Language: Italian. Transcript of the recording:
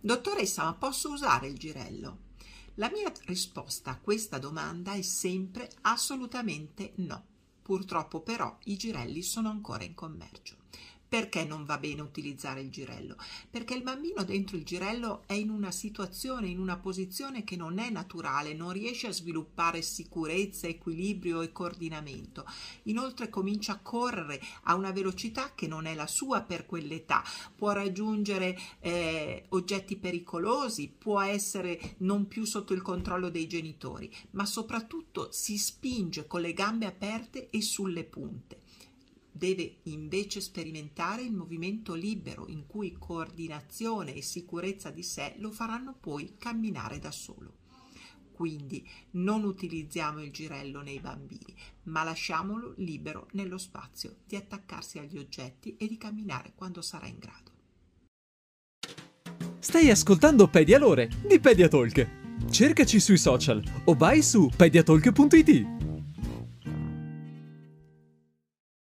Dottoressa, ma posso usare il girello? La mia risposta a questa domanda è sempre assolutamente no. Purtroppo però i girelli sono ancora in commercio. Perché non va bene utilizzare il girello? Perché il bambino dentro il girello è in una situazione, in una posizione che non è naturale, non riesce a sviluppare sicurezza, equilibrio e coordinamento. Inoltre comincia a correre a una velocità che non è la sua per quell'età, può raggiungere oggetti pericolosi, può essere non più sotto il controllo dei genitori, ma soprattutto si spinge con le gambe aperte e sulle punte. Deve invece sperimentare il movimento libero, in cui coordinazione e sicurezza di sé lo faranno poi camminare da solo. Quindi non utilizziamo il girello nei bambini, ma lasciamolo libero nello spazio di attaccarsi agli oggetti e di camminare quando sarà in grado. Stai ascoltando Pedialore di Pediatalk. Cercaci sui social o vai su pediatalk.it.